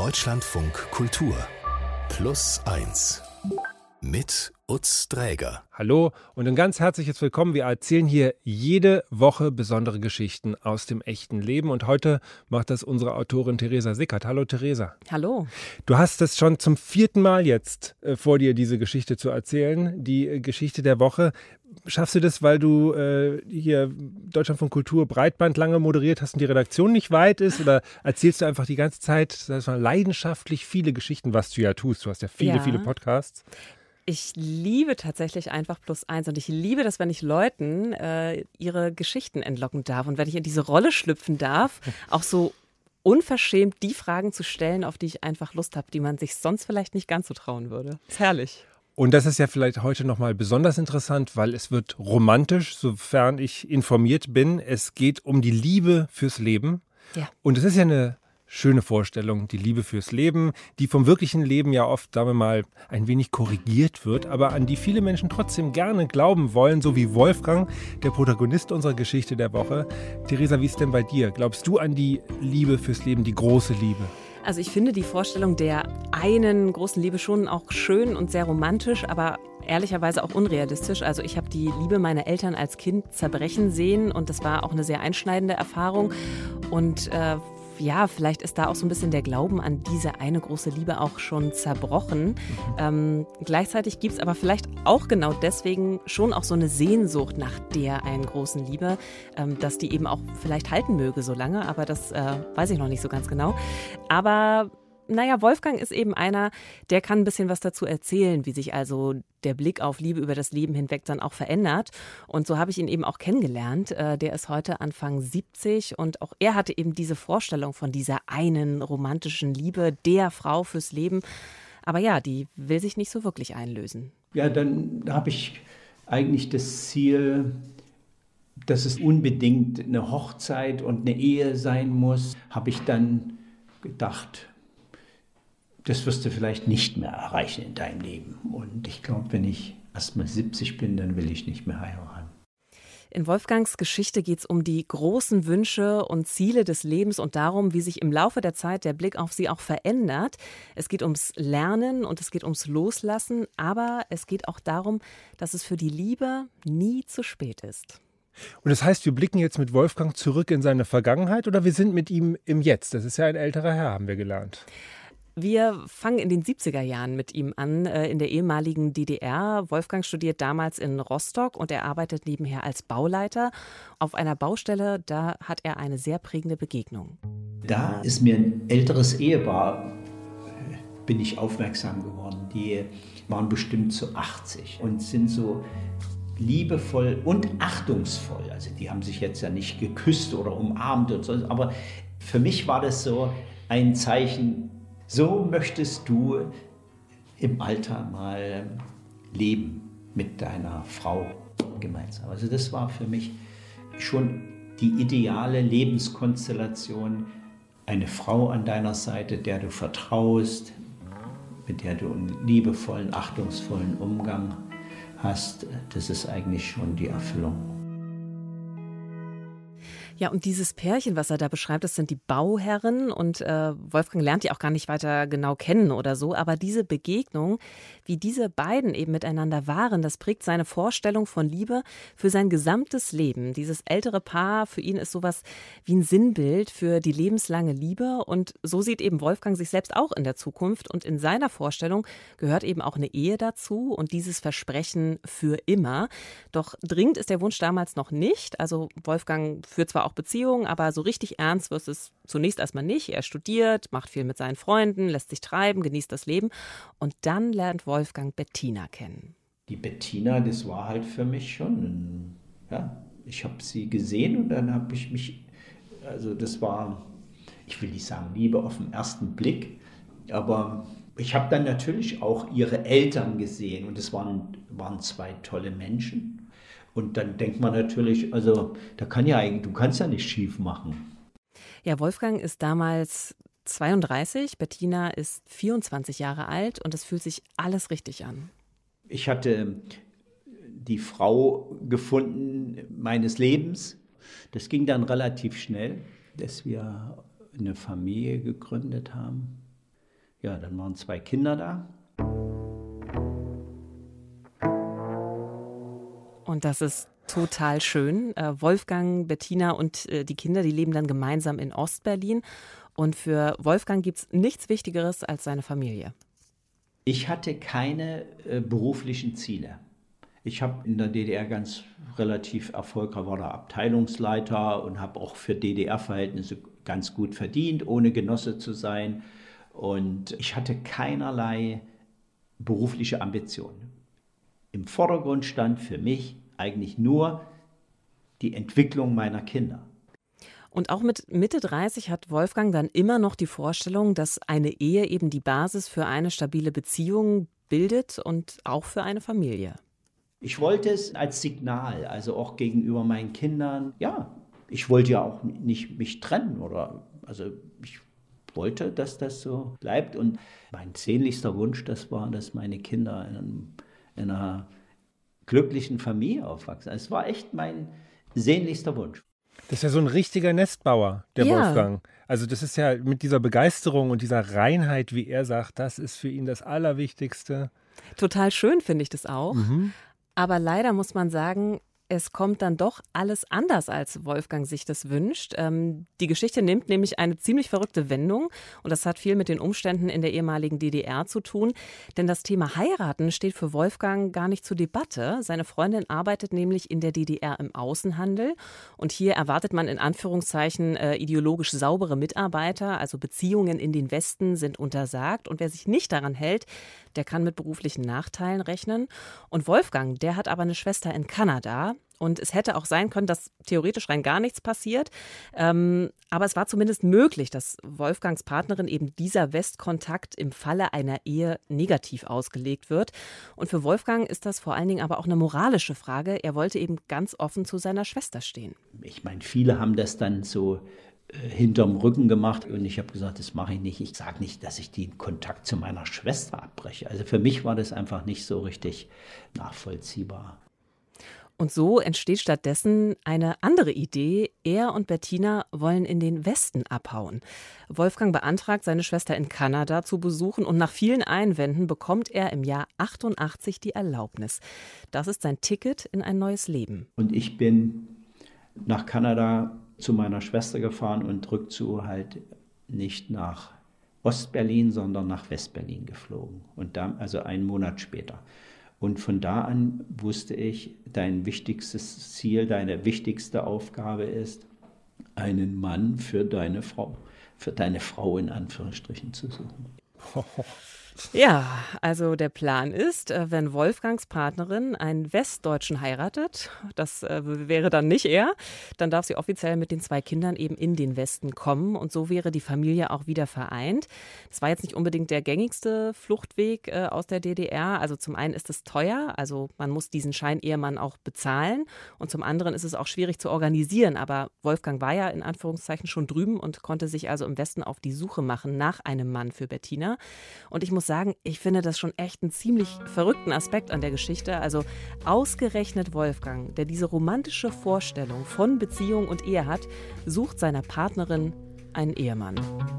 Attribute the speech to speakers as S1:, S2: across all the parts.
S1: Deutschlandfunk Kultur Plus 1 mit Utz Dräger.
S2: Hallo und ein ganz herzliches Willkommen. Wir erzählen hier jede Woche besondere Geschichten aus dem echten Leben. Und heute macht das unsere Autorin Theresa Sickert. Hallo Theresa.
S3: Hallo.
S2: Du hast es schon zum 4. Mal jetzt vor dir, diese Geschichte zu erzählen. Die Geschichte der Woche. Schaffst du das, weil du hier Deutschlandfunk Kultur Breitband lange moderiert hast und die Redaktion nicht weit ist? Oder erzählst du einfach die ganze Zeit, das war leidenschaftlich viele Geschichten, was du ja tust? Du hast ja viele Podcasts.
S3: Ich liebe tatsächlich einfach Plus 1 und ich liebe das, wenn ich Leuten ihre Geschichten entlocken darf und wenn ich in diese Rolle schlüpfen darf, auch so unverschämt die Fragen zu stellen, auf die ich einfach Lust habe, die man sich sonst vielleicht nicht ganz so trauen würde. Das ist herrlich.
S2: Und das ist ja vielleicht heute nochmal besonders interessant, weil es wird romantisch, sofern ich informiert bin. Es geht um die Liebe fürs Leben.
S3: Ja.
S2: Und es ist ja eine schöne Vorstellung, die Liebe fürs Leben, die vom wirklichen Leben ja oft, sagen wir mal, ein wenig korrigiert wird, aber an die viele Menschen trotzdem gerne glauben wollen, so wie Wolfgang, der Protagonist unserer Geschichte der Woche. Theresa, wie ist denn bei dir? Glaubst du an die Liebe fürs Leben, die große Liebe?
S3: Also ich finde die Vorstellung der einen großen Liebe schon auch schön und sehr romantisch, aber ehrlicherweise auch unrealistisch. Also ich habe die Liebe meiner Eltern als Kind zerbrechen sehen und das war auch eine sehr einschneidende Erfahrung. Und vielleicht ist da auch so ein bisschen der Glauben an diese eine große Liebe auch schon zerbrochen. Gleichzeitig gibt es aber vielleicht auch genau deswegen schon auch so eine Sehnsucht nach der einen großen Liebe, dass die eben auch vielleicht halten möge so lange, aber das weiß ich noch nicht so ganz genau. Aber Wolfgang ist eben einer, der kann ein bisschen was dazu erzählen, wie sich also der Blick auf Liebe über das Leben hinweg dann auch verändert. Und so habe ich ihn eben auch kennengelernt. Der ist heute Anfang 70 und auch er hatte eben diese Vorstellung von dieser einen romantischen Liebe, der Frau fürs Leben. Aber ja, die will sich nicht so wirklich einlösen.
S4: Ja, dann habe ich eigentlich das Ziel, dass es unbedingt eine Hochzeit und eine Ehe sein muss, habe ich dann gedacht, das wirst du vielleicht nicht mehr erreichen in deinem Leben. Und ich glaube, wenn ich erst mal 70 bin, dann will ich nicht mehr heiraten.
S3: In Wolfgangs Geschichte geht es um die großen Wünsche und Ziele des Lebens und darum, wie sich im Laufe der Zeit der Blick auf sie auch verändert. Es geht ums Lernen und es geht ums Loslassen, aber es geht auch darum, dass es für die Liebe nie zu spät ist.
S2: Und das heißt, wir blicken jetzt mit Wolfgang zurück in seine Vergangenheit oder wir sind mit ihm im Jetzt? Das ist ja ein älterer Herr, haben wir gelernt.
S3: Wir fangen in den 70er Jahren mit ihm an, in der ehemaligen DDR. Wolfgang studiert damals in Rostock und er arbeitet nebenher als Bauleiter. Auf einer Baustelle, da hat er eine sehr prägende Begegnung.
S4: Da ist mir ein älteres Ehepaar, bin ich aufmerksam geworden. Die waren bestimmt so 80 und sind so liebevoll und achtungsvoll. Also die haben sich jetzt ja nicht geküsst oder umarmt und so, aber für mich war das so ein Zeichen, so möchtest du im Alter mal leben mit deiner Frau gemeinsam. Also das war für mich schon die ideale Lebenskonstellation. Eine Frau an deiner Seite, der du vertraust, mit der du einen liebevollen, achtungsvollen Umgang hast. Das ist eigentlich schon die Erfüllung.
S3: Ja, und dieses Pärchen, was er da beschreibt, das sind die Bauherren und Wolfgang lernt die auch gar nicht weiter genau kennen oder so, aber diese Begegnung, wie diese beiden eben miteinander waren, das prägt seine Vorstellung von Liebe für sein gesamtes Leben. Dieses ältere Paar, für ihn ist sowas wie ein Sinnbild für die lebenslange Liebe und so sieht eben Wolfgang sich selbst auch in der Zukunft und in seiner Vorstellung gehört eben auch eine Ehe dazu und dieses Versprechen für immer. Doch dringend ist der Wunsch damals noch nicht, also Wolfgang führt zwar auch Beziehungen, aber so richtig ernst wird es zunächst erstmal nicht. Er studiert, macht viel mit seinen Freunden, lässt sich treiben, genießt das Leben und dann lernt Wolfgang Bettina kennen.
S4: Die Bettina, das war halt für mich schon, ich habe sie gesehen und dann habe ich mich, also das war, ich will nicht sagen Liebe auf den ersten Blick, aber ich habe dann natürlich auch ihre Eltern gesehen und es waren zwei tolle Menschen. Und dann denkt man natürlich, also du kannst ja nicht schief machen.
S3: Ja, Wolfgang ist damals 32, Bettina ist 24 Jahre alt und es fühlt sich alles richtig an.
S4: Ich hatte die Frau gefunden meines Lebens. Das ging dann relativ schnell, dass wir eine Familie gegründet haben. Ja, dann waren 2 Kinder da.
S3: Und das ist total schön. Wolfgang, Bettina und die Kinder, die leben dann gemeinsam in Ostberlin. Und für Wolfgang gibt es nichts Wichtigeres als seine Familie.
S4: Ich hatte keine beruflichen Ziele. Ich habe in der DDR ganz relativ erfolgreich, war da Abteilungsleiter und habe auch für DDR-Verhältnisse ganz gut verdient, ohne Genosse zu sein. Und ich hatte keinerlei berufliche Ambitionen. Im Vordergrund stand für mich eigentlich nur die Entwicklung meiner Kinder.
S3: Und auch mit Mitte 30 hat Wolfgang dann immer noch die Vorstellung, dass eine Ehe eben die Basis für eine stabile Beziehung bildet und auch für eine Familie.
S4: Ich wollte es als Signal, also auch gegenüber meinen Kindern. Ja, ich wollte ja auch nicht mich trennen also ich wollte, dass das so bleibt. Und mein sehnlichster Wunsch, das war, dass meine Kinder in einer glücklichen Familie aufwachsen. Es war echt mein sehnlichster Wunsch.
S2: Das ist ja so ein richtiger Nestbauer, der Wolfgang. Also das ist ja mit dieser Begeisterung und dieser Reinheit, wie er sagt, das ist für ihn das Allerwichtigste.
S3: Total schön finde ich das auch. Aber leider muss man sagen, es kommt dann doch alles anders, als Wolfgang sich das wünscht. Die Geschichte nimmt nämlich eine ziemlich verrückte Wendung und das hat viel mit den Umständen in der ehemaligen DDR zu tun. Denn das Thema Heiraten steht für Wolfgang gar nicht zur Debatte. Seine Freundin arbeitet nämlich in der DDR im Außenhandel und hier erwartet man in Anführungszeichen ideologisch saubere Mitarbeiter. Also Beziehungen in den Westen sind untersagt und wer sich nicht daran hält, der kann mit beruflichen Nachteilen rechnen. Und Wolfgang, der hat aber eine Schwester in Kanada. Und es hätte auch sein können, dass theoretisch rein gar nichts passiert. Aber es war zumindest möglich, dass Wolfgangs Partnerin eben dieser Westkontakt im Falle einer Ehe negativ ausgelegt wird. Und für Wolfgang ist das vor allen Dingen aber auch eine moralische Frage. Er wollte eben ganz offen zu seiner Schwester stehen.
S4: Ich meine, viele haben das dann so hinterm Rücken gemacht und ich habe gesagt, das mache ich nicht. Ich sage nicht, dass ich den Kontakt zu meiner Schwester abbreche. Also für mich war das einfach nicht so richtig nachvollziehbar.
S3: Und so entsteht stattdessen eine andere Idee. Er und Bettina wollen in den Westen abhauen. Wolfgang beantragt, seine Schwester in Kanada zu besuchen und nach vielen Einwänden bekommt er im Jahr 88 die Erlaubnis. Das ist sein Ticket in ein neues Leben.
S4: Und ich bin nach Kanada zu meiner Schwester gefahren und rückzu halt nicht nach Ostberlin, sondern nach Westberlin geflogen. Und da, also einen Monat später. Und von da an wusste ich, dein wichtigstes Ziel, deine wichtigste Aufgabe ist, einen Mann für deine Frau in Anführungsstrichen zu suchen.
S3: Ja, also der Plan ist, wenn Wolfgangs Partnerin einen Westdeutschen heiratet, das wäre dann nicht er, dann darf sie offiziell mit den 2 Kindern eben in den Westen kommen und so wäre die Familie auch wieder vereint. Das war jetzt nicht unbedingt der gängigste Fluchtweg aus der DDR. Also zum einen ist es teuer, also man muss diesen Scheinehemann auch bezahlen und zum anderen ist es auch schwierig zu organisieren. Aber Wolfgang war ja in Anführungszeichen schon drüben und konnte sich also im Westen auf die Suche machen nach einem Mann für Bettina. Und ich muss sagen, ich finde das schon echt einen ziemlich verrückten Aspekt an der Geschichte. Also ausgerechnet Wolfgang, der diese romantische Vorstellung von Beziehung und Ehe hat, sucht seiner Partnerin einen Ehemann.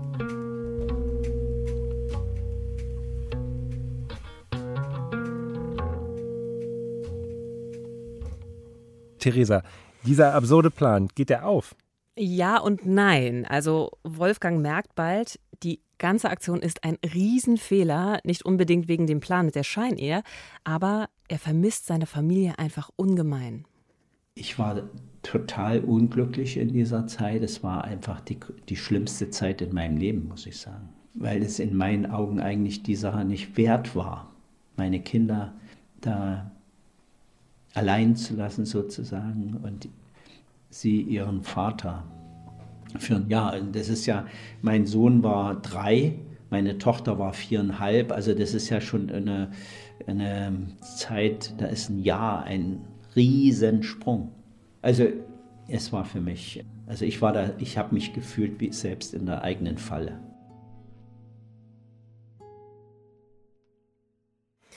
S2: Theresa, dieser absurde Plan, geht der auf?
S3: Ja und nein. Also Wolfgang merkt bald, die ganze Aktion ist ein Riesenfehler, nicht unbedingt wegen dem Plan mit der Scheinehe, aber er vermisst seine Familie einfach ungemein.
S4: Ich war total unglücklich in dieser Zeit. Es war einfach die schlimmste Zeit in meinem Leben, muss ich sagen. Weil es in meinen Augen eigentlich die Sache nicht wert war, meine Kinder da allein zu lassen sozusagen und sie ihren Vater führen. Ja, das ist ja, mein Sohn war 3, meine Tochter war 4,5, also das ist ja schon eine Zeit, da ist ein Jahr ein Riesensprung. Also es war für mich, also ich habe mich gefühlt wie selbst in der eigenen Falle.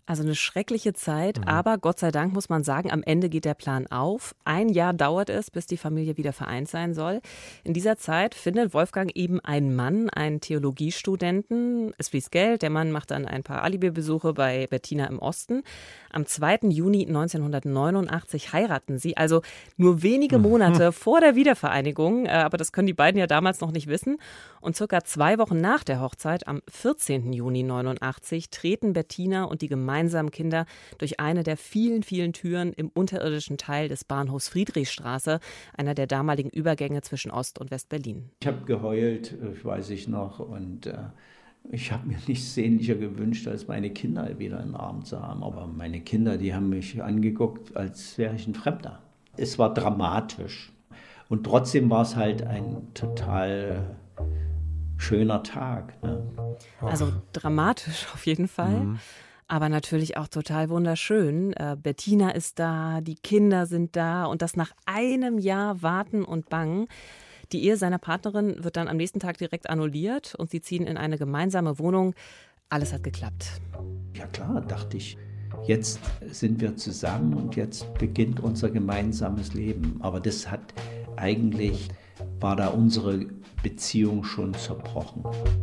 S3: Also eine schreckliche Zeit, aber Gott sei Dank muss man sagen, am Ende geht der Plan auf. 1 Jahr dauert es, bis die Familie wieder vereint sein soll. In dieser Zeit findet Wolfgang eben einen Mann, einen Theologiestudenten. Es fließt Geld, der Mann macht dann ein paar Alibi-Besuche bei Bettina im Osten. Am 2. Juni 1989 heiraten sie, also nur wenige Monate vor der Wiedervereinigung. Aber das können die beiden ja damals noch nicht wissen. Und circa 2 Wochen nach der Hochzeit, am 14. Juni 1989, treten Bettina und die gemeinsamen Kinder durch eine der vielen, vielen Türen im unterirdischen Teil des Bahnhofs Friedrichstraße, einer der damaligen Übergänge zwischen Ost- und West-Berlin.
S4: Ich habe geheult, weiß ich noch, und ich habe mir nichts sehnlicher gewünscht, als meine Kinder wieder in den Arm zu haben. Aber meine Kinder, die haben mich angeguckt, als wäre ich ein Fremder. Es war dramatisch und trotzdem war es halt ein total schöner Tag. Ne?
S3: Also dramatisch auf jeden Fall. Aber natürlich auch total wunderschön. Bettina ist da, die Kinder sind da und das nach einem Jahr Warten und Bangen. Die Ehe seiner Partnerin wird dann am nächsten Tag direkt annulliert und sie ziehen in eine gemeinsame Wohnung. Alles hat geklappt.
S4: Ja klar, dachte ich, jetzt sind wir zusammen und jetzt beginnt unser gemeinsames Leben. Aber das hat eigentlich, war da unsere Beziehung schon zerbrochen.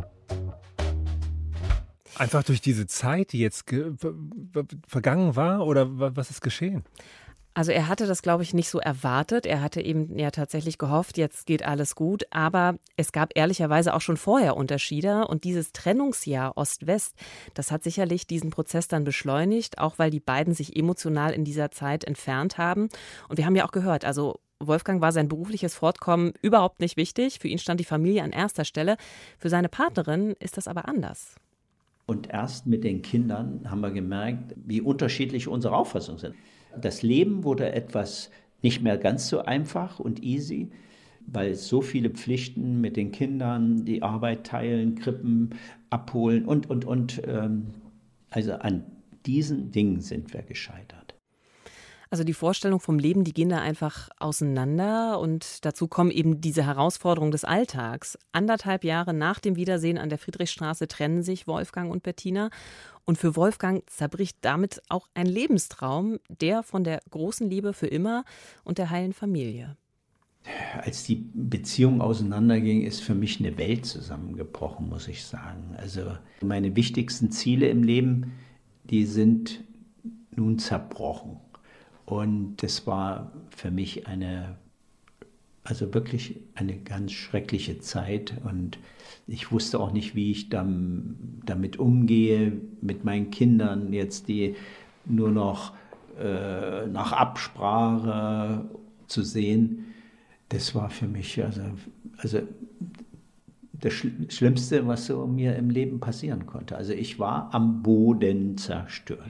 S2: Einfach durch diese Zeit, die jetzt vergangen war, oder was ist geschehen?
S3: Also er hatte das, glaube ich, nicht so erwartet. Er hatte eben ja tatsächlich gehofft, jetzt geht alles gut. Aber es gab ehrlicherweise auch schon vorher Unterschiede. Und dieses Trennungsjahr Ost-West, das hat sicherlich diesen Prozess dann beschleunigt, auch weil die beiden sich emotional in dieser Zeit entfernt haben. Und wir haben ja auch gehört, also Wolfgang war sein berufliches Fortkommen überhaupt nicht wichtig. Für ihn stand die Familie an erster Stelle. Für seine Partnerin ist das aber anders.
S4: Und erst mit den Kindern haben wir gemerkt, wie unterschiedlich unsere Auffassungen sind. Das Leben wurde etwas nicht mehr ganz so einfach und easy, weil so viele Pflichten mit den Kindern, die Arbeit teilen, Krippen abholen und. Also an diesen Dingen sind wir gescheitert.
S3: Also die Vorstellung vom Leben, die gehen da einfach auseinander und dazu kommen eben diese Herausforderungen des Alltags. 1,5 Jahre nach dem Wiedersehen an der Friedrichstraße trennen sich Wolfgang und Bettina. Und für Wolfgang zerbricht damit auch ein Lebenstraum, der von der großen Liebe für immer und der heilen Familie.
S4: Als die Beziehung auseinanderging, ist für mich eine Welt zusammengebrochen, muss ich sagen. Also meine wichtigsten Ziele im Leben, die sind nun zerbrochen. Und das war für mich wirklich eine ganz schreckliche Zeit. Und ich wusste auch nicht, wie ich damit umgehe, mit meinen Kindern jetzt, die nur noch nach Absprache zu sehen. Das war für mich also das Schlimmste, was so mir im Leben passieren konnte. Also ich war am Boden zerstört.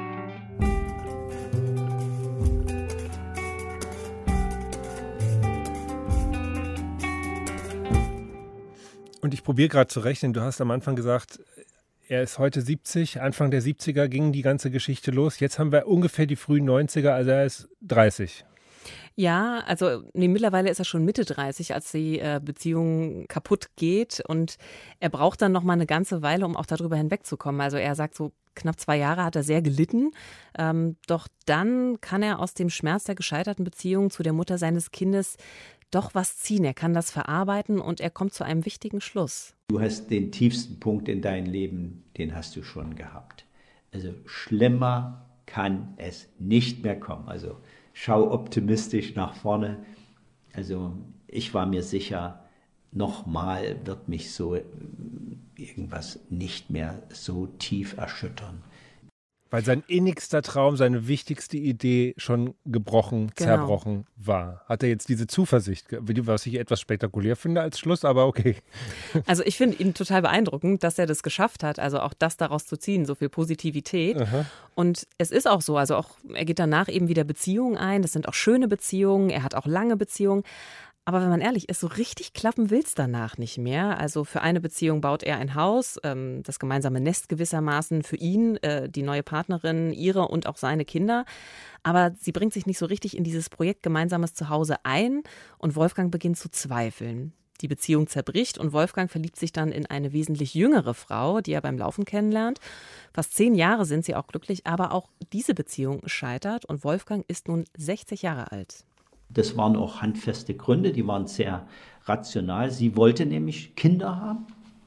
S2: Und ich probiere gerade zu rechnen. Du hast am Anfang gesagt, er ist heute 70. Anfang der 70er ging die ganze Geschichte los. Jetzt haben wir ungefähr die frühen 90er, also er ist 30.
S3: Ja, also mittlerweile ist er schon Mitte 30, als die Beziehung kaputt geht. Und er braucht dann noch mal eine ganze Weile, um auch darüber hinwegzukommen. Also er sagt, so knapp 2 Jahre hat er sehr gelitten. Doch dann kann er aus dem Schmerz der gescheiterten Beziehung zu der Mutter seines Kindes doch was ziehen. Er kann das verarbeiten und er kommt zu einem wichtigen Schluss.
S4: Du hast den tiefsten Punkt in deinem Leben, den hast du schon gehabt. Also schlimmer kann es nicht mehr kommen. Also schau optimistisch nach vorne. Also ich war mir sicher, nochmal wird mich so irgendwas nicht mehr so tief erschüttern.
S2: Weil sein innigster Traum, seine wichtigste Idee schon zerbrochen war. Hat er jetzt diese Zuversicht, was ich etwas spektakulär finde als Schluss, aber okay.
S3: Also ich finde ihn total beeindruckend, dass er das geschafft hat, also auch das daraus zu ziehen, so viel Positivität.
S2: Aha.
S3: Und es ist auch so, also auch er geht danach eben wieder Beziehungen ein, das sind auch schöne Beziehungen, er hat auch lange Beziehungen. Aber wenn man ehrlich ist, so richtig klappen will es danach nicht mehr. Also für eine Beziehung baut er ein Haus, das gemeinsame Nest gewissermaßen für ihn, die neue Partnerin, ihre und auch seine Kinder. Aber sie bringt sich nicht so richtig in dieses Projekt gemeinsames Zuhause ein und Wolfgang beginnt zu zweifeln. Die Beziehung zerbricht und Wolfgang verliebt sich dann in eine wesentlich jüngere Frau, die er beim Laufen kennenlernt. Fast 10 Jahre sind sie auch glücklich, aber auch diese Beziehung scheitert und Wolfgang ist nun 60 Jahre alt.
S4: Das waren auch handfeste Gründe, die waren sehr rational. Sie wollte nämlich Kinder haben,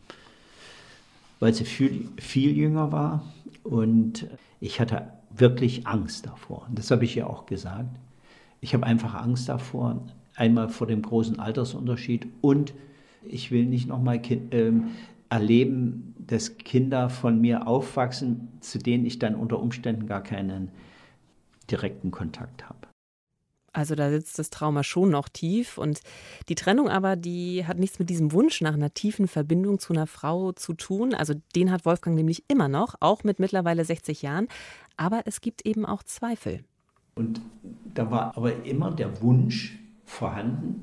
S4: weil sie viel jünger war. Und ich hatte wirklich Angst davor. Und das habe ich ihr auch gesagt. Ich habe einfach Angst davor, einmal vor dem großen Altersunterschied. Und ich will nicht nochmal erleben, dass Kinder von mir aufwachsen, zu denen ich dann unter Umständen gar keinen direkten Kontakt habe.
S3: Also da sitzt das Trauma schon noch tief und die Trennung aber, die hat nichts mit diesem Wunsch nach einer tiefen Verbindung zu einer Frau zu tun. Also den hat Wolfgang nämlich immer noch, auch mit mittlerweile 60 Jahren. Aber es gibt eben auch Zweifel.
S4: Und da war aber immer der Wunsch vorhanden.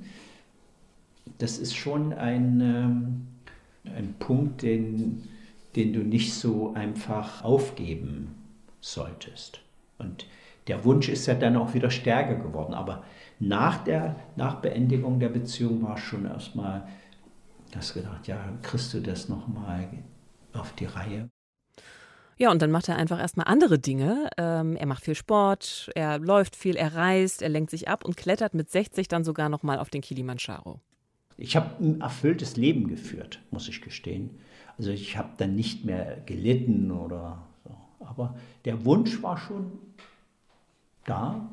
S4: Das ist schon ein Punkt, den du nicht so einfach aufgeben solltest. Und der Wunsch ist ja dann auch wieder stärker geworden. Aber nach Beendigung der Beziehung war schon erstmal, hast gedacht, ja, kriegst du das nochmal auf die Reihe?
S3: Ja, und dann macht er einfach erstmal andere Dinge. Er macht viel Sport, er läuft viel, er reist, er lenkt sich ab und klettert mit 60 dann sogar nochmal auf den Kilimanjaro.
S4: Ich habe ein erfülltes Leben geführt, muss ich gestehen. Also ich habe dann nicht mehr gelitten oder so. Aber der Wunsch war schon da,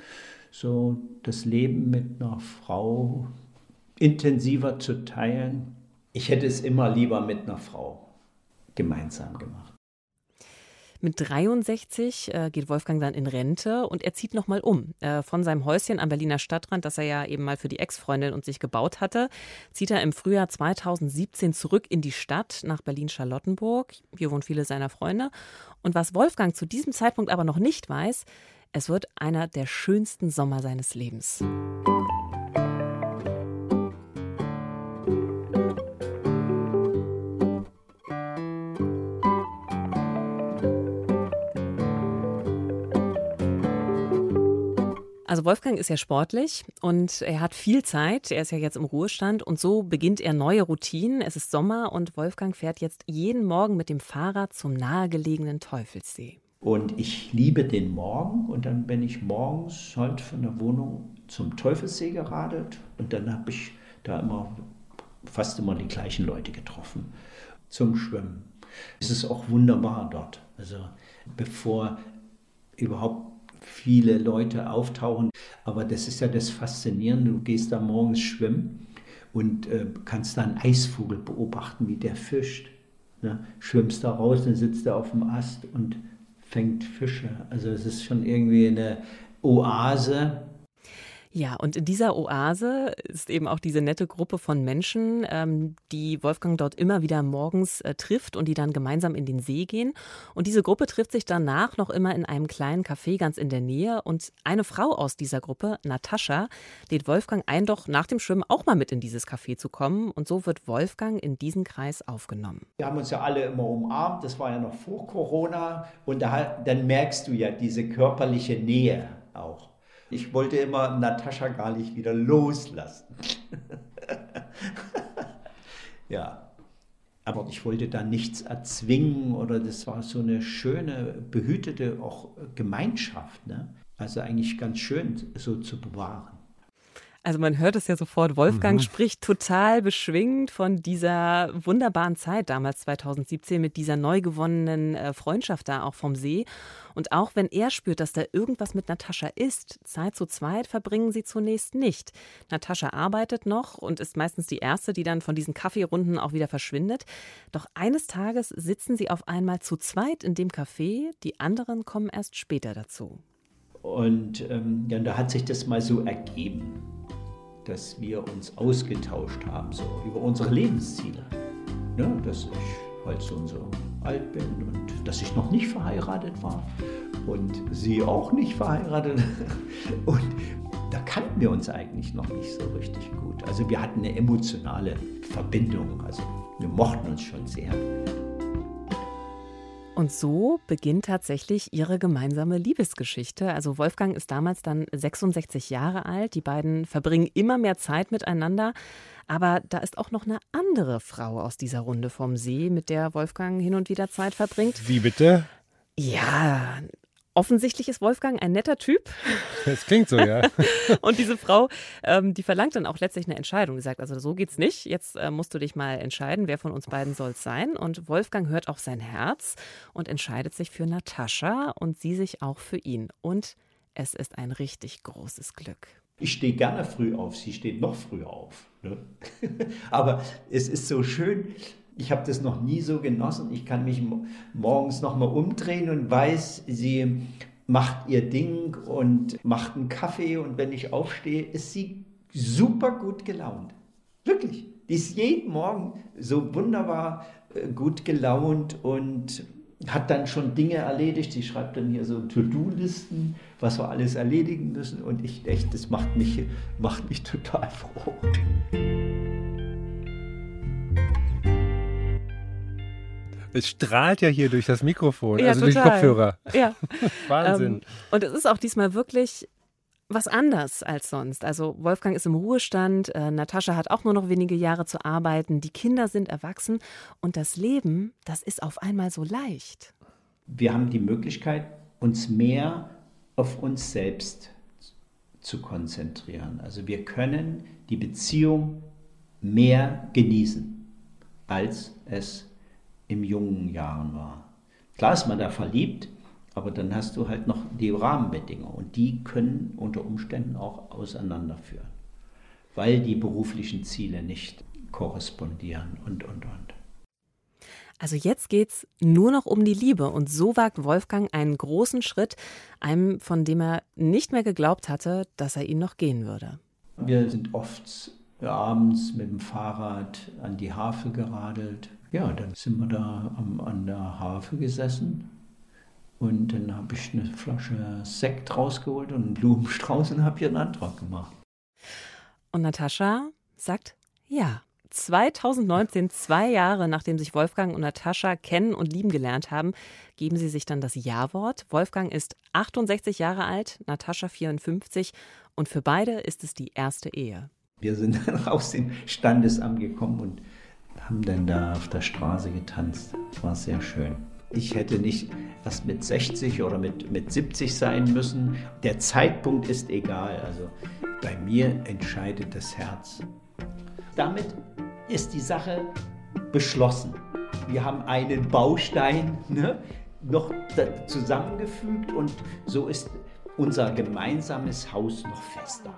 S4: so das Leben mit einer Frau intensiver zu teilen. Ich hätte es immer lieber mit einer Frau gemeinsam gemacht.
S3: Mit 63 geht Wolfgang dann in Rente und er zieht nochmal um. Von seinem Häuschen am Berliner Stadtrand, das er ja eben mal für die Ex-Freundin und sich gebaut hatte, zieht er im Frühjahr 2017 zurück in die Stadt nach Berlin-Charlottenburg. Hier wohnen viele seiner Freunde. Und was Wolfgang zu diesem Zeitpunkt aber noch nicht weiß, es wird einer der schönsten Sommer seines Lebens. Also Wolfgang ist ja sportlich und er hat viel Zeit. Er ist ja jetzt im Ruhestand und so beginnt er neue Routinen. Es ist Sommer und Wolfgang fährt jetzt jeden Morgen mit dem Fahrrad zum nahegelegenen Teufelssee.
S4: Und ich liebe den Morgen und dann bin ich morgens halt von der Wohnung zum Teufelssee geradelt und dann habe ich da fast immer die gleichen Leute getroffen zum Schwimmen. Es ist auch wunderbar dort, also bevor überhaupt viele Leute auftauchen. Aber das ist ja das Faszinierende, du gehst da morgens schwimmen und kannst da einen Eisvogel beobachten, wie der fischt. Ne? Schwimmst da raus, dann sitzt er auf dem Ast und fängt Fische. Also es ist schon irgendwie eine Oase.
S3: Ja, und in dieser Oase ist eben auch diese nette Gruppe von Menschen, die Wolfgang dort immer wieder morgens trifft und die dann gemeinsam in den See gehen. Und diese Gruppe trifft sich danach noch immer in einem kleinen Café ganz in der Nähe. Und eine Frau aus dieser Gruppe, Natascha, lädt Wolfgang ein, doch nach dem Schwimmen auch mal mit in dieses Café zu kommen. Und so wird Wolfgang in diesen Kreis aufgenommen.
S4: Wir haben uns ja alle immer umarmt, das war ja noch vor Corona. Und dann merkst du ja diese körperliche Nähe auch. Ich wollte immer Natascha gar nicht wieder loslassen. Ja, aber ich wollte da nichts erzwingen oder das war so eine schöne, behütete auch Gemeinschaft. Ne? Also eigentlich ganz schön so zu bewahren.
S3: Also man hört es ja sofort, Wolfgang spricht total beschwingt von dieser wunderbaren Zeit damals 2017 mit dieser neu gewonnenen Freundschaft da auch vom See. Und auch wenn er spürt, dass da irgendwas mit Natascha ist, Zeit zu zweit verbringen sie zunächst nicht. Natascha arbeitet noch und ist meistens die Erste, die dann von diesen Kaffeerunden auch wieder verschwindet. Doch eines Tages sitzen sie auf einmal zu zweit in dem Café, die anderen kommen erst später dazu.
S4: Und ja, da hat sich das mal so ergeben, dass wir uns ausgetauscht haben, so über unsere Lebensziele. Ja, dass ich halt so und so alt bin und dass ich noch nicht verheiratet war und sie auch nicht verheiratet. Und da kannten wir uns eigentlich noch nicht so richtig gut. Also wir hatten eine emotionale Verbindung, also wir mochten uns schon sehr.
S3: Und so beginnt tatsächlich ihre gemeinsame Liebesgeschichte. Also Wolfgang ist damals dann 66 Jahre alt. Die beiden verbringen immer mehr Zeit miteinander. Aber da ist auch noch eine andere Frau aus dieser Runde vom See, mit der Wolfgang hin und wieder Zeit verbringt.
S2: Wie bitte?
S3: Ja, offensichtlich ist Wolfgang ein netter Typ.
S2: Das klingt so, ja.
S3: Und diese Frau, die verlangt dann auch letztlich eine Entscheidung. Die sagt, also so geht's nicht. Jetzt musst du dich mal entscheiden, wer von uns beiden soll es sein. Und Wolfgang hört auf sein Herz und entscheidet sich für Natascha und sie sich auch für ihn. Und es ist ein richtig großes Glück.
S4: Ich stehe gerne früh auf, sie steht noch früher auf. Ne? Aber es ist so schön, ich habe das noch nie so genossen. Ich kann mich morgens nochmal umdrehen und weiß, sie macht ihr Ding und macht einen Kaffee. Und wenn ich aufstehe, ist sie super gut gelaunt. Wirklich. Die ist jeden Morgen so wunderbar gut gelaunt und hat dann schon Dinge erledigt. Sie schreibt dann hier so To-Do-Listen, was wir alles erledigen müssen. Und das macht mich total froh.
S2: Es strahlt ja hier durch das Mikrofon,
S3: Ja,
S2: also durch die
S3: total.
S2: Kopfhörer.
S3: Ja.
S2: Wahnsinn.
S3: Und es ist auch diesmal wirklich was anders als sonst. Also Wolfgang ist im Ruhestand, Natascha hat auch nur noch wenige Jahre zu arbeiten, die Kinder sind erwachsen und das Leben, das ist auf einmal so leicht.
S4: Wir haben die Möglichkeit, uns mehr auf uns selbst zu konzentrieren. Also wir können die Beziehung mehr genießen, als es in jungen Jahren war. Klar ist man da verliebt, aber dann hast du halt noch die Rahmenbedingungen und die können unter Umständen auch auseinanderführen, weil die beruflichen Ziele nicht korrespondieren und.
S3: Also jetzt geht's nur noch um die Liebe und so wagt Wolfgang einen großen Schritt, einem, von dem er nicht mehr geglaubt hatte, dass er ihn noch gehen würde.
S4: Wir sind oft abends mit dem Fahrrad an die Havel geradelt. Ja, dann sind wir da an der Havel gesessen und dann habe ich eine Flasche Sekt rausgeholt und einen Blumenstrauß und habe ihr einen Antrag gemacht.
S3: Und Natascha sagt ja. 2019, 2 Jahre nachdem sich Wolfgang und Natascha kennen und lieben gelernt haben, geben sie sich dann das Ja-Wort. Wolfgang ist 68 Jahre alt, Natascha 54 und für beide ist es die erste Ehe.
S4: Wir sind dann aus dem Standesamt gekommen und haben dann da auf der Straße getanzt. Das war sehr schön. Ich hätte nicht erst mit 60 oder mit 70 sein müssen. Der Zeitpunkt ist egal. Also bei mir entscheidet das Herz. Damit ist die Sache beschlossen. Wir haben einen Baustein noch zusammengefügt und so ist unser gemeinsames Haus noch fester.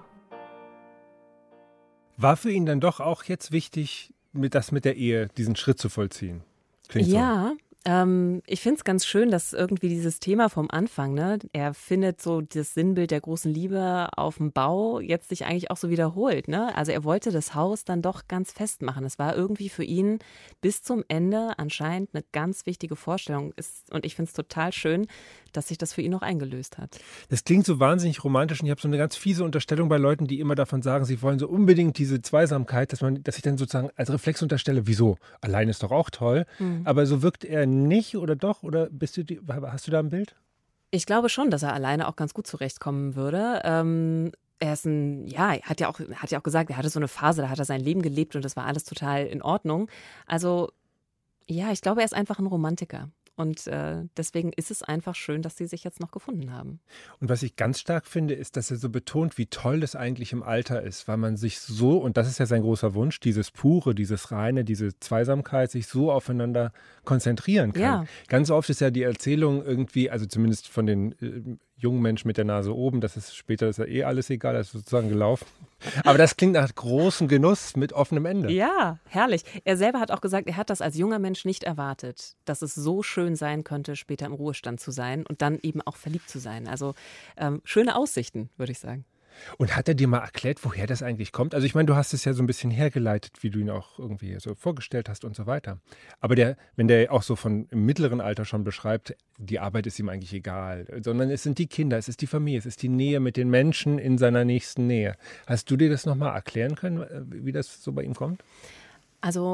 S2: War für ihn dann doch auch jetzt wichtig, mit der Ehe diesen Schritt zu vollziehen? Klingt
S3: ja. Ich finde es ganz schön, dass irgendwie dieses Thema vom Anfang, ne, er findet so das Sinnbild der großen Liebe auf dem Bau jetzt sich eigentlich auch so wiederholt. Ne? Also er wollte das Haus dann doch ganz festmachen. Es war irgendwie für ihn bis zum Ende anscheinend eine ganz wichtige Vorstellung. Und ich finde es total schön, dass sich das für ihn noch eingelöst hat.
S2: Das klingt so wahnsinnig romantisch und ich habe so eine ganz fiese Unterstellung bei Leuten, die immer davon sagen, sie wollen so unbedingt diese Zweisamkeit, dass ich dann sozusagen als Reflex unterstelle, wieso? Allein ist doch auch toll. Aber so wirkt er nicht oder doch? Oder hast du da ein Bild?
S3: Ich glaube schon, dass er alleine auch ganz gut zurechtkommen würde. Er ist hat ja auch gesagt, er hatte so eine Phase, da hat er sein Leben gelebt und das war alles total in Ordnung. Also ja, ich glaube, er ist einfach ein Romantiker. Und deswegen ist es einfach schön, dass sie sich jetzt noch gefunden haben.
S2: Und was ich ganz stark finde, ist, dass er so betont, wie toll das eigentlich im Alter ist, weil man sich so, und das ist ja sein großer Wunsch, dieses Pure, dieses Reine, diese Zweisamkeit, sich so aufeinander konzentrieren kann.
S3: Ja.
S2: Ganz oft ist ja die Erzählung irgendwie, also zumindest von den jungen Menschen mit der Nase oben, das ist ja eh alles egal, das ist sozusagen gelaufen. Aber das klingt nach großem Genuss mit offenem Ende.
S3: Ja, herrlich. Er selber hat auch gesagt, er hat das als junger Mensch nicht erwartet, dass es so schön sein könnte, später im Ruhestand zu sein und dann eben auch verliebt zu sein. Also schöne Aussichten, würde ich sagen.
S2: Und hat er dir mal erklärt, woher das eigentlich kommt? Also ich meine, du hast es ja so ein bisschen hergeleitet, wie du ihn auch irgendwie so vorgestellt hast und so weiter. Aber wenn der auch so von im mittleren Alter schon beschreibt, die Arbeit ist ihm eigentlich egal, sondern es sind die Kinder, es ist die Familie, es ist die Nähe mit den Menschen in seiner nächsten Nähe. Hast du dir das nochmal erklären können, wie das so bei ihm kommt?
S3: Also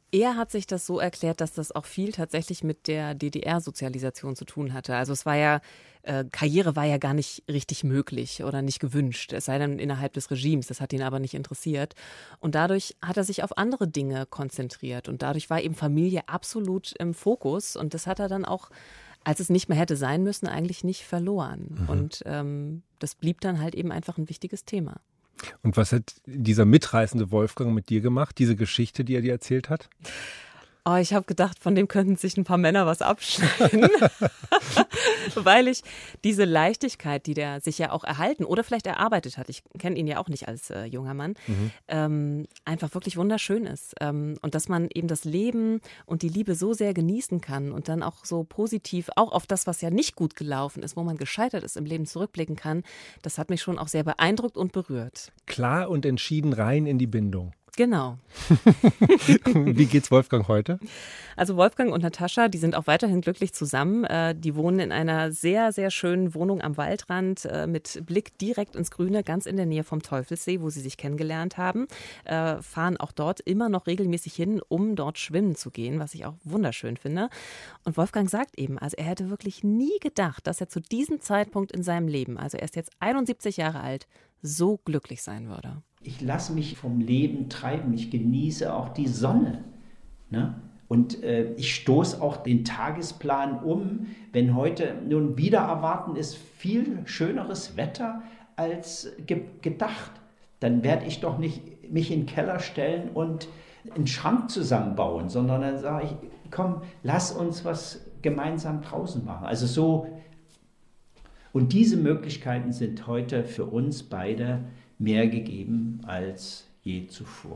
S3: Er hat sich das so erklärt, dass das auch viel tatsächlich mit der DDR-Sozialisation zu tun hatte. Also es war ja, Karriere war ja gar nicht richtig möglich oder nicht gewünscht, es sei denn innerhalb des Regimes, das hat ihn aber nicht interessiert. Und dadurch hat er sich auf andere Dinge konzentriert und dadurch war eben Familie absolut im Fokus und das hat er dann auch, als es nicht mehr hätte sein müssen, eigentlich nicht verloren. Und das blieb dann halt eben einfach ein wichtiges Thema.
S2: Und was hat dieser mitreißende Wolfgang mit dir gemacht, diese Geschichte, die er dir erzählt hat?
S3: Oh, ich habe gedacht, von dem könnten sich ein paar Männer was abschneiden, weil ich diese Leichtigkeit, die der sich ja auch erhalten oder vielleicht erarbeitet hat, ich kenne ihn ja auch nicht als junger Mann, einfach wirklich wunderschön ist. Und dass man eben das Leben und die Liebe so sehr genießen kann und dann auch so positiv, auch auf das, was ja nicht gut gelaufen ist, wo man gescheitert ist, im Leben zurückblicken kann, das hat mich schon auch sehr beeindruckt und berührt.
S2: Klar und entschieden rein in die Bindung.
S3: Genau.
S2: Wie geht's Wolfgang heute?
S3: Also Wolfgang und Natascha, die sind auch weiterhin glücklich zusammen. Die wohnen in einer sehr, sehr schönen Wohnung am Waldrand mit Blick direkt ins Grüne, ganz in der Nähe vom Teufelssee, wo sie sich kennengelernt haben. Fahren auch dort immer noch regelmäßig hin, um dort schwimmen zu gehen, was ich auch wunderschön finde. Und Wolfgang sagt eben, also er hätte wirklich nie gedacht, dass er zu diesem Zeitpunkt in seinem Leben, also er ist jetzt 71 Jahre alt, so glücklich sein würde.
S4: Ich lasse mich vom Leben treiben, ich genieße auch die Sonne. Ne? Und ich stoße auch den Tagesplan um, wenn heute nun wieder erwarten ist viel schöneres Wetter als gedacht. Dann werde ich doch nicht mich in den Keller stellen und einen Schrank zusammenbauen, sondern dann sage ich, komm, lass uns was gemeinsam draußen machen. Also so, und diese Möglichkeiten sind heute für uns beide mehr gegeben als je zuvor.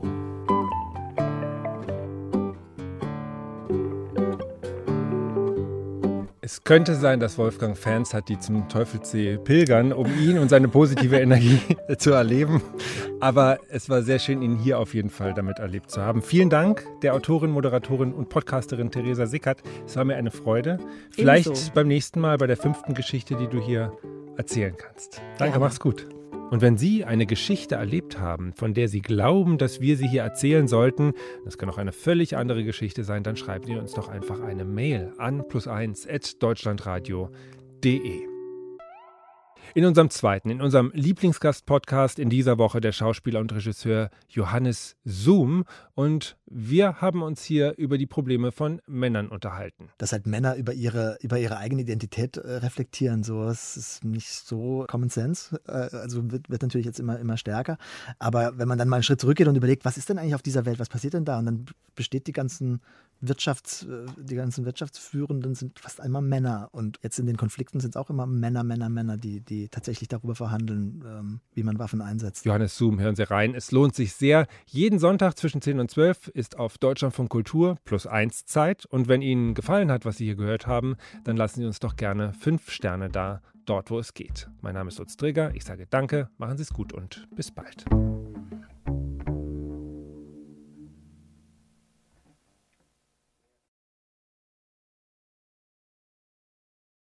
S2: Es könnte sein, dass Wolfgang Fans hat, die zum Teufelssee pilgern, um ihn und seine positive Energie zu erleben. Aber es war sehr schön, ihn hier auf jeden Fall damit erlebt zu haben. Vielen Dank der Autorin, Moderatorin und Podcasterin Theresa Sickert. Es war mir eine Freude. Vielleicht ebenso. Beim nächsten Mal bei der 5. Geschichte, die du hier erzählen kannst. Danke, mach's gut. Und wenn Sie eine Geschichte erlebt haben, von der Sie glauben, dass wir sie hier erzählen sollten, das kann auch eine völlig andere Geschichte sein, dann schreiben Sie uns doch einfach eine Mail an +1@deutschlandradio.de. In unserem Lieblingsgast-Podcast in dieser Woche der Schauspieler und Regisseur Johannes Zoom. Und wir haben uns hier über die Probleme von Männern unterhalten.
S5: Dass halt Männer über ihre eigene Identität reflektieren, so, das ist nicht so Common Sense. Also wird natürlich jetzt immer stärker. Aber wenn man dann mal einen Schritt zurückgeht und überlegt, was ist denn eigentlich auf dieser Welt, was passiert denn da? Und dann besteht die ganzen Wirtschaftsführenden sind fast einmal Männer. Und jetzt in den Konflikten sind es auch immer Männer, die tatsächlich darüber verhandeln, wie man Waffen einsetzt.
S2: Johannes Zoom, hören Sie rein. Es lohnt sich sehr. Jeden Sonntag zwischen 10 und 12 ist auf Deutschlandfunk Kultur +1 Zeit. Und wenn Ihnen gefallen hat, was Sie hier gehört haben, dann lassen Sie uns doch gerne 5 Sterne da, dort wo es geht. Mein Name ist Lutz Träger. Ich sage danke, machen Sie es gut und bis bald.